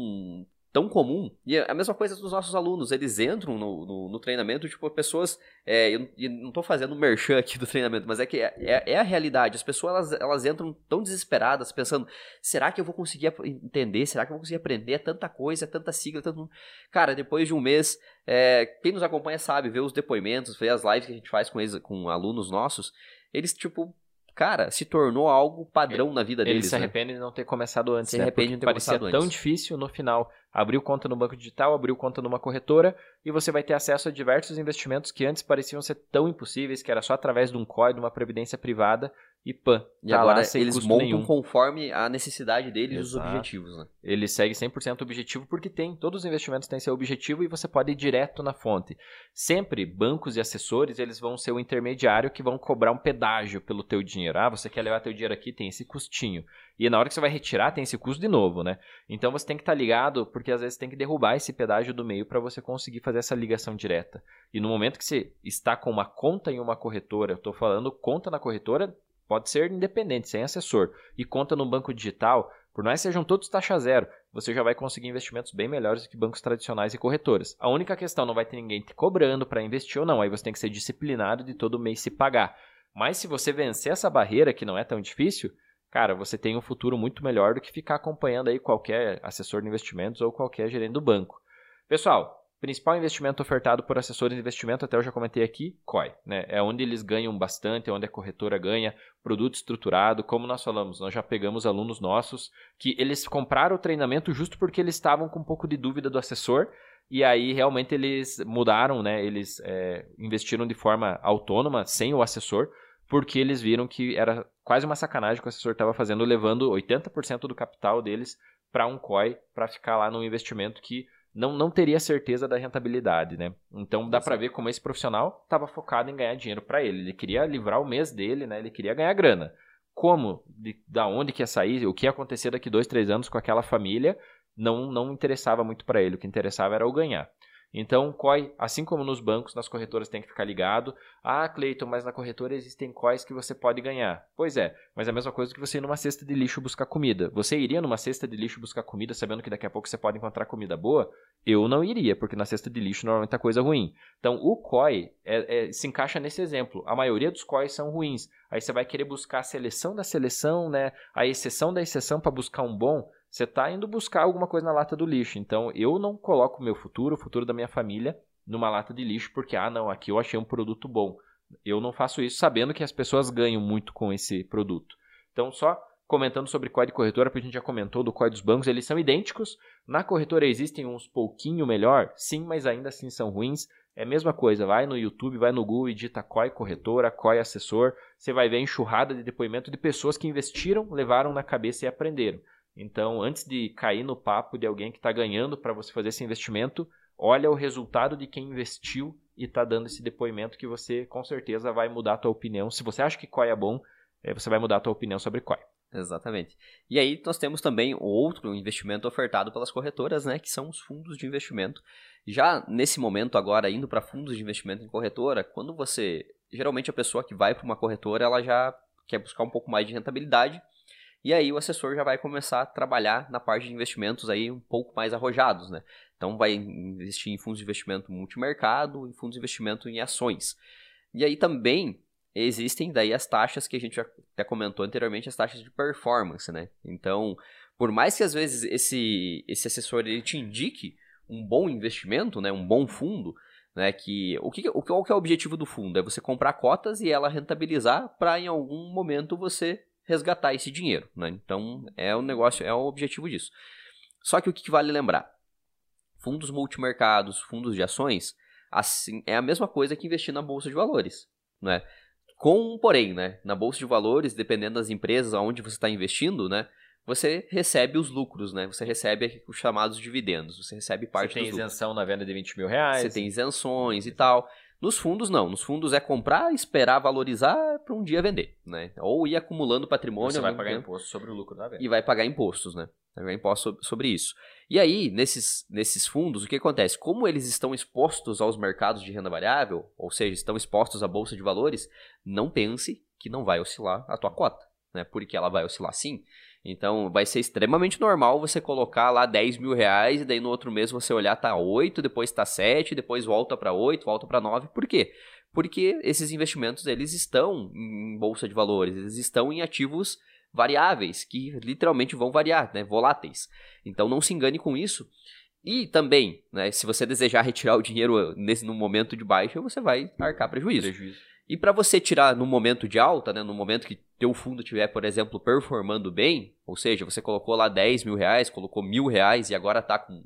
tão comum. E a mesma coisa dos nossos alunos, eles entram no treinamento, tipo, pessoas... eu não tô fazendo merchan aqui do treinamento, mas é que é a realidade. As pessoas, elas entram tão desesperadas, pensando, será que eu vou conseguir entender? Será que eu vou conseguir aprender? É tanta coisa, é tanta sigla, tanto... Cara, depois de um mês, quem nos acompanha sabe, vê os depoimentos, vê as lives que a gente faz com alunos nossos, eles, tipo... Cara, se tornou algo padrão na vida deles. Eles se arrependem de não ter começado antes, se arrependem de ter começado parecia tão difícil no final. Abriu conta no banco digital, abriu conta numa corretora e você vai ter acesso a diversos investimentos que antes pareciam ser tão impossíveis, que era só através de um COI, de uma previdência privada e pã. E agora sem eles custo montam nenhum. Conforme a necessidade deles e os Exato. objetivos, né? Ele segue 100% objetivo porque todos os investimentos têm seu objetivo e você pode ir direto na fonte. Sempre bancos e assessores, eles vão ser o intermediário que vão cobrar um pedágio pelo teu dinheiro. Você quer levar teu dinheiro aqui, tem esse custinho. E na hora que você vai retirar, tem esse custo de novo, né? Então você tem que estar ligado, porque às vezes tem que derrubar esse pedágio do meio para você conseguir fazer essa ligação direta. E no momento que você está com uma conta em uma corretora, eu estou falando conta na corretora, pode ser independente, sem assessor. E conta no banco digital, por mais que sejam todos taxa zero, você já vai conseguir investimentos bem melhores do que bancos tradicionais e corretoras. A única questão, não vai ter ninguém te cobrando para investir ou não. Aí você tem que ser disciplinado de todo mês se pagar. Mas se você vencer essa barreira, que não é tão difícil, cara, você tem um futuro muito melhor do que ficar acompanhando aí qualquer assessor de investimentos ou qualquer gerente do banco. Pessoal, principal investimento ofertado por assessores de investimento, até eu já comentei aqui, COI, né? É onde eles ganham bastante, é onde a corretora ganha, produto estruturado, como nós falamos, nós já pegamos alunos nossos que eles compraram o treinamento justo porque eles estavam com um pouco de dúvida do assessor e aí realmente eles mudaram, né? Eles investiram de forma autônoma, sem o assessor, porque eles viram que era quase uma sacanagem que o assessor estava fazendo, levando 80% do capital deles para um COI, para ficar lá num investimento que não teria certeza da rentabilidade, né? Então dá para ver como esse profissional estava focado em ganhar dinheiro para ele. Ele queria livrar o mês dele, né? Ele queria ganhar grana. Como, da onde que ia sair, o que ia acontecer daqui 2, 3 anos com aquela família, não interessava muito para ele. O que interessava era o ganhar. Então, COI, assim como nos bancos, nas corretoras tem que ficar ligado. Cleiton, mas na corretora existem COIs que você pode ganhar. Pois é, mas é a mesma coisa que você ir numa cesta de lixo buscar comida. Você iria numa cesta de lixo buscar comida sabendo que daqui a pouco você pode encontrar comida boa? Eu não iria, porque na cesta de lixo normalmente tá coisa ruim. Então, o COI se encaixa nesse exemplo. A maioria dos COIs são ruins. Aí você vai querer buscar a seleção da seleção, né? A exceção da exceção para buscar um bom. Você está indo buscar alguma coisa na lata do lixo. Então, eu não coloco o futuro da minha família, numa lata de lixo, porque, não, aqui eu achei um produto bom. Eu não faço isso sabendo que as pessoas ganham muito com esse produto. Então, só comentando sobre COI de corretora, porque a gente já comentou do COI dos bancos, eles são idênticos. Na corretora existem uns pouquinho melhor, sim, mas ainda assim são ruins. É a mesma coisa, vai no YouTube, vai no Google e digita COI corretora, COI assessor. Você vai ver a enxurrada de depoimento de pessoas que investiram, levaram na cabeça e aprenderam. Então, antes de cair no papo de alguém que está ganhando para você fazer esse investimento, olha o resultado de quem investiu e está dando esse depoimento que você, com certeza, vai mudar a tua opinião. Se você acha que COI é bom, você vai mudar a tua opinião sobre COI. Exatamente. E aí nós temos também outro investimento ofertado pelas corretoras, né, que são os fundos de investimento. Já nesse momento agora, indo para fundos de investimento em corretora, quando você... Geralmente a pessoa que vai para uma corretora, ela já quer buscar um pouco mais de rentabilidade, e aí o assessor já vai começar a trabalhar na parte de investimentos aí um pouco mais arrojados, né? Então vai investir em fundos de investimento multimercado, em fundos de investimento em ações. E aí também existem daí as taxas que a gente já até comentou anteriormente, as taxas de performance, né? Então, por mais que às vezes esse assessor ele te indique um bom investimento, né, um bom fundo, né, qual que é o objetivo do fundo? É você comprar cotas e ela rentabilizar para em algum momento você resgatar esse dinheiro, né? Então, é o objetivo disso. Só que o que vale lembrar? Fundos multimercados, fundos de ações, assim, é a mesma coisa que investir na bolsa de valores, né? Porém, né, na bolsa de valores, dependendo das empresas onde você está investindo, né, você recebe os lucros, né? Você recebe os chamados dividendos, você recebe parte dos lucros. Você tem isenção na venda de 20 mil reais. Você tem isenções e tal. Nos fundos, não. Nos fundos é comprar, esperar valorizar para um dia vender, né? Ou ir acumulando patrimônio. Você vai pagar imposto sobre o lucro da venda. E vai pagar impostos, né? Vai pagar imposto sobre isso. E aí, nesses fundos, o que acontece? Como eles estão expostos aos mercados de renda variável, ou seja, estão expostos à bolsa de valores, não pense que não vai oscilar a tua cota, né? Porque ela vai oscilar sim. Então, vai ser extremamente normal você colocar lá 10 mil reais e daí no outro mês você olhar tá 8, depois tá 7, depois volta para 8, volta para 9. Por quê? Porque esses investimentos, eles estão em bolsa de valores, eles estão em ativos variáveis, que literalmente vão variar, né? Voláteis. Então, não se engane com isso. E também, né, se você desejar retirar o dinheiro no momento de baixa, você vai arcar prejuízo. E para você tirar no momento de alta, né, no momento que teu fundo estiver, por exemplo, performando bem, ou seja, você colocou lá 10 mil reais, colocou 1.000 reais e agora está com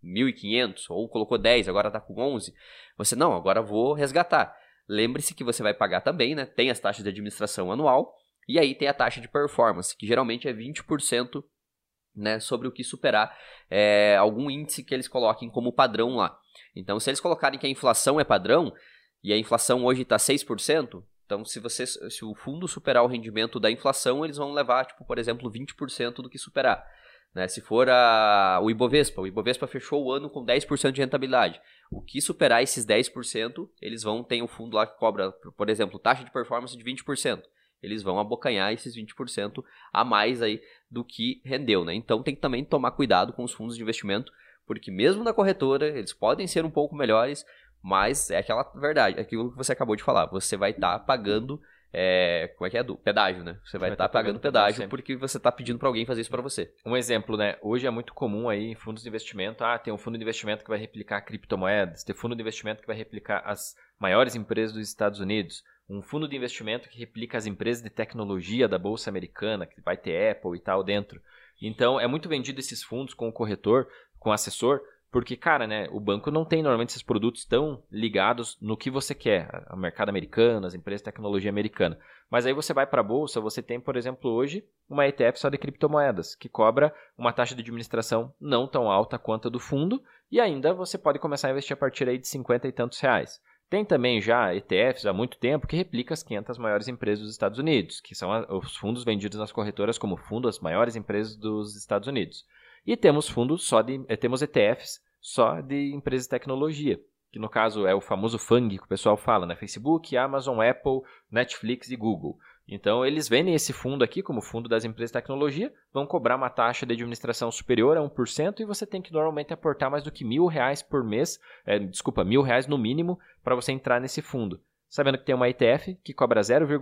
1.500, ou colocou 10, agora está com 11, você, não, agora vou resgatar. Lembre-se que você vai pagar também, né, tem as taxas de administração anual, e aí tem a taxa de performance, que geralmente é 20%, né, sobre o que superar algum índice que eles coloquem como padrão lá. Então, se eles colocarem que a inflação é padrão, e a inflação hoje está 6%, então se o fundo superar o rendimento da inflação, eles vão levar, tipo, por exemplo, 20% do que superar. Né? Se for o Ibovespa fechou o ano com 10% de rentabilidade. O que superar esses 10%, eles tem o fundo lá que cobra, por exemplo, taxa de performance de 20%. Eles vão abocanhar esses 20% a mais aí do que rendeu, né? Então tem que também tomar cuidado com os fundos de investimento, porque mesmo na corretora, eles podem ser um pouco melhores, mas é aquela verdade, aquilo que você acabou de falar, você vai estar pagando, como é que é? Pedágio, né? Você vai estar pagando pedágio porque você está pedindo para alguém fazer isso para você. Um exemplo, né? Hoje é muito comum aí em fundos de investimento, tem um fundo de investimento que vai replicar criptomoedas, tem fundo de investimento que vai replicar as maiores empresas dos Estados Unidos, um fundo de investimento que replica as empresas de tecnologia da Bolsa Americana, que vai ter Apple e tal dentro. Então, é muito vendido esses fundos com o corretor, com o assessor, porque, cara, né, o banco não tem normalmente esses produtos tão ligados no que você quer, o mercado americano, as empresas de tecnologia americana. Mas aí você vai para a bolsa, você tem, por exemplo, hoje, uma ETF só de criptomoedas, que cobra uma taxa de administração não tão alta quanto a do fundo, e ainda você pode começar a investir a partir aí de 50 e tantos reais. Tem também já ETFs há muito tempo que replica as 500 maiores empresas dos Estados Unidos, que são os fundos vendidos nas corretoras como fundo das maiores empresas dos Estados Unidos. E temos temos ETFs só de empresas de tecnologia, que no caso é o famoso FANG que o pessoal fala, né? Facebook, Amazon, Apple, Netflix e Google. Então eles vendem esse fundo aqui como fundo das empresas de tecnologia, vão cobrar uma taxa de administração superior a 1% e você tem que normalmente aportar mais do que R$1.000 por mês, R$1.000 no mínimo para você entrar nesse fundo. Sabendo que tem uma ETF que cobra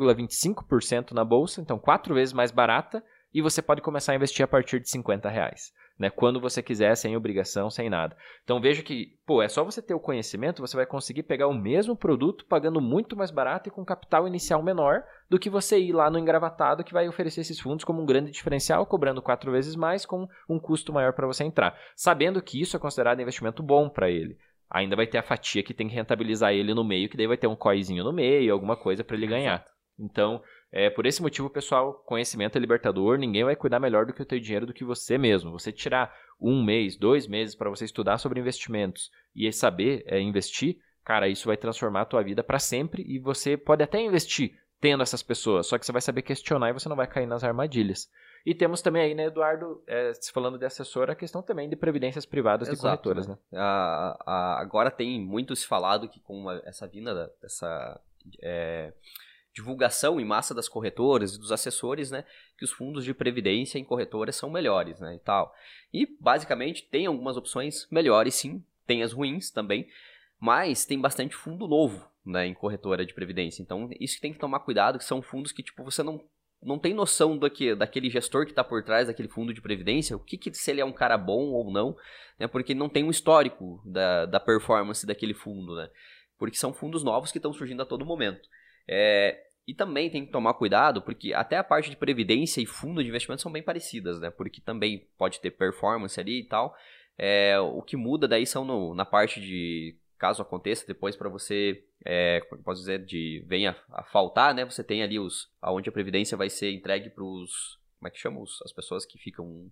0,25% na bolsa, então 4 vezes mais barata, e você pode começar a investir a partir de R$50. Né, quando você quiser, sem obrigação, sem nada. Então veja que, é só você ter o conhecimento, você vai conseguir pegar o mesmo produto pagando muito mais barato e com capital inicial menor do que você ir lá no engravatado que vai oferecer esses fundos como um grande diferencial, cobrando 4 vezes mais com um custo maior para você entrar. Sabendo que isso é considerado investimento bom para ele. Ainda vai ter a fatia que tem que rentabilizar ele no meio, que daí vai ter um COIzinho no meio, alguma coisa para ele ganhar. Então, por esse motivo, pessoal, conhecimento é libertador, ninguém vai cuidar melhor do que o teu dinheiro do que você mesmo. Você tirar 1 mês, 2 meses para você estudar sobre investimentos e saber investir, cara, isso vai transformar a tua vida para sempre e você pode até investir tendo essas pessoas, só que você vai saber questionar e você não vai cair nas armadilhas. E temos também aí, né, Eduardo, falando de assessor, a questão também de previdências privadas de corretoras, né? Agora tem muito se falado que com essa vinda dessa divulgação em massa das corretoras e dos assessores, né, que os fundos de previdência em corretoras são melhores, né, e tal. E, basicamente, tem algumas opções melhores, sim, tem as ruins também, mas tem bastante fundo novo, né, em corretora de previdência. Então, isso que tem que tomar cuidado, que são fundos que, tipo, você não tem noção daquele gestor que está por trás daquele fundo de previdência, se ele é um cara bom ou não, né, porque não tem um histórico da performance daquele fundo, né, porque são fundos novos que estão surgindo a todo momento. E também tem que tomar cuidado, porque até a parte de previdência e fundo de investimento são bem parecidas, né? Porque também pode ter performance ali e tal. O que muda daí são na parte de, caso aconteça depois para você, posso dizer, venha a faltar, né? Você tem ali onde a previdência vai ser entregue para os, como é que chama? As pessoas que ficam,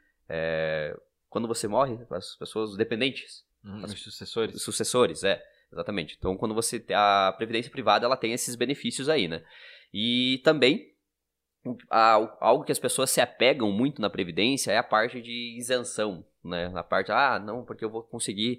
quando você morre, as pessoas dependentes. Os sucessores. Os sucessores, exatamente. Então, quando a previdência privada, ela tem esses benefícios aí, né? E também, algo que as pessoas se apegam muito na previdência é a parte de isenção, né? A parte, não, porque eu vou conseguir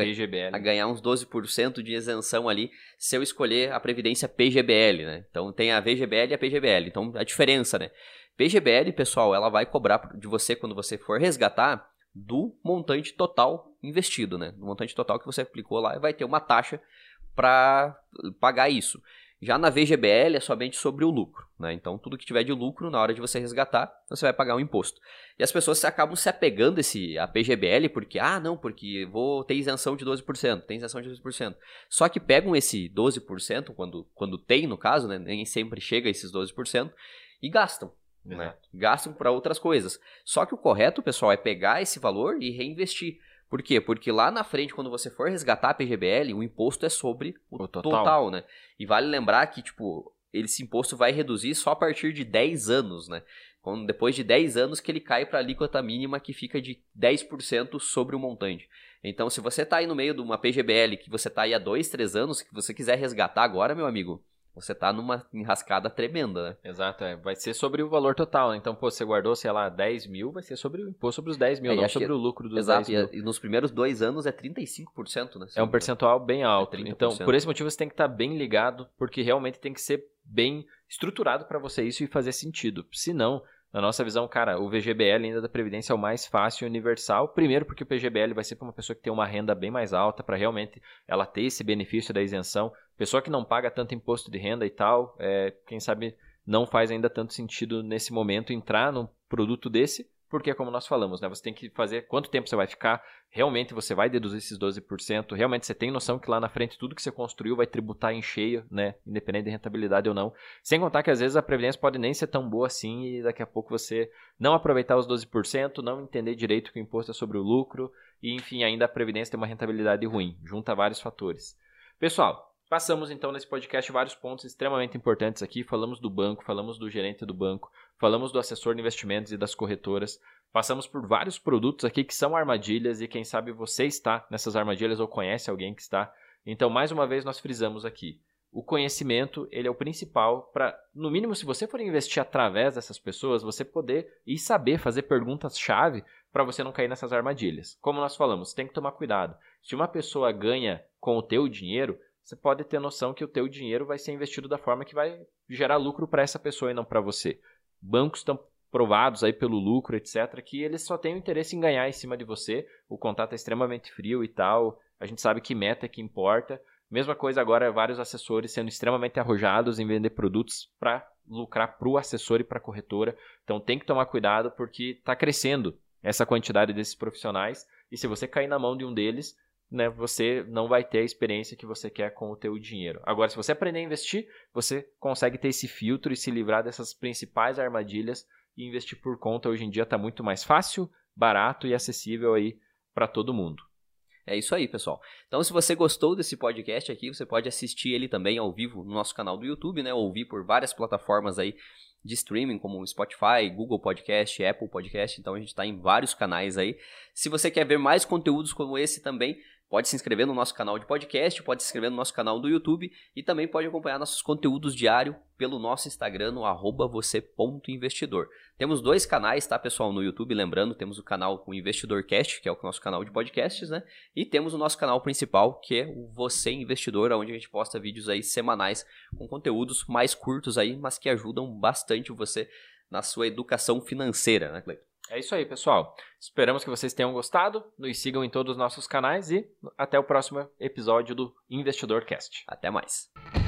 ganhar uns 12% de isenção ali se eu escolher a previdência PGBL, né? Então, tem a VGBL e a PGBL. Então, a diferença, né? PGBL, pessoal, ela vai cobrar de você, quando você for resgatar, do montante total investido, né? Do montante total que você aplicou lá, vai ter uma taxa para pagar isso. Já na VGBL é somente sobre o lucro, né? Então, tudo que tiver de lucro, na hora de você resgatar, você vai pagar um imposto. E as pessoas acabam se apegando a PGBL porque, porque vou ter isenção de 12%, tem isenção de 12%. Só que pegam esse 12%, quando tem, no caso, né? Nem sempre chega a esses 12%, e gastam. Né? Gastam para outras coisas. Só que o correto, pessoal, é pegar esse valor e reinvestir. Por quê? Porque lá na frente, quando você for resgatar a PGBL, o imposto é sobre o total, né? E vale lembrar que, esse imposto vai reduzir só a partir de 10 anos, né? Depois de 10 anos que ele cai para a alíquota mínima, que fica de 10% sobre o montante. Então, se você está aí no meio de uma PGBL, que você está aí há 2, 3 anos, que você quiser resgatar agora, meu amigo, você tá numa enrascada tremenda, né? Exato, vai ser sobre o valor total, né? Então, você guardou, sei lá, 10 mil, vai ser sobre o imposto sobre os 10 mil, não sobre o lucro dos 10 mil. E nos primeiros 2 anos é 35%, né? É um percentual bem alto. Então, por esse motivo, você tem que estar bem ligado, porque realmente tem que ser bem estruturado para você isso e fazer sentido. Se não, na nossa visão, cara, o VGBL ainda da Previdência é o mais fácil e universal. Primeiro porque o PGBL vai ser para uma pessoa que tem uma renda bem mais alta, para realmente ela ter esse benefício da isenção. Pessoa que não paga tanto imposto de renda e tal, quem sabe não faz ainda tanto sentido nesse momento entrar num produto desse, porque como nós falamos, né, você tem que fazer quanto tempo você vai ficar, realmente você vai deduzir esses 12%, realmente você tem noção que lá na frente tudo que você construiu vai tributar em cheio, né, independente de rentabilidade ou não. Sem contar que às vezes a previdência pode nem ser tão boa assim e daqui a pouco você não aproveitar os 12%, não entender direito que o imposto é sobre o lucro e enfim, ainda a previdência tem uma rentabilidade ruim, junta vários fatores. Pessoal, passamos então nesse podcast vários pontos extremamente importantes aqui, falamos do banco, falamos do gerente do banco, falamos do assessor de investimentos e das corretoras, passamos por vários produtos aqui que são armadilhas e quem sabe você está nessas armadilhas ou conhece alguém que está. Então, mais uma vez, nós frisamos aqui, o conhecimento ele é o principal para, no mínimo, se você for investir através dessas pessoas, você poder e saber fazer perguntas-chave para você não cair nessas armadilhas. Como nós falamos, tem que tomar cuidado. Se uma pessoa ganha com o teu dinheiro, você pode ter noção que o teu dinheiro vai ser investido da forma que vai gerar lucro para essa pessoa e não para você. Bancos estão provados aí pelo lucro, etc., que eles só têm o interesse em ganhar em cima de você. O contato é extremamente frio e tal. A gente sabe que meta é que importa. Mesma coisa agora, vários assessores sendo extremamente arrojados em vender produtos para lucrar para o assessor e para a corretora. Então tem que tomar cuidado porque está crescendo essa quantidade desses profissionais. E se você cair na mão de um deles, né, você não vai ter a experiência que você quer com o teu dinheiro. Agora, se você aprender a investir, você consegue ter esse filtro e se livrar dessas principais armadilhas e investir por conta. Hoje em dia está muito mais fácil, barato e acessível aí para todo mundo. É isso aí, pessoal. Então, se você gostou desse podcast aqui, você pode assistir ele também ao vivo no nosso canal do YouTube, né? Ouvir por várias plataformas aí de streaming, como Spotify, Google Podcast, Apple Podcast. Então, a gente está em vários canais aí. Se você quer ver mais conteúdos como esse também, Pode se inscrever no nosso canal de podcast, pode se inscrever no nosso canal do YouTube e também pode acompanhar nossos conteúdos diários pelo nosso Instagram no @você.investidor. Temos 2 canais, tá, pessoal, no YouTube, lembrando, temos o canal o InvestidorCast, que é o nosso canal de podcasts, né? E temos o nosso canal principal, que é o Você Investidor, onde a gente posta vídeos aí semanais com conteúdos mais curtos aí, mas que ajudam bastante você na sua educação financeira, né, Cleiton? É isso aí, pessoal. Esperamos que vocês tenham gostado. Nos sigam em todos os nossos canais e até o próximo episódio do InvestidorCast. Até mais.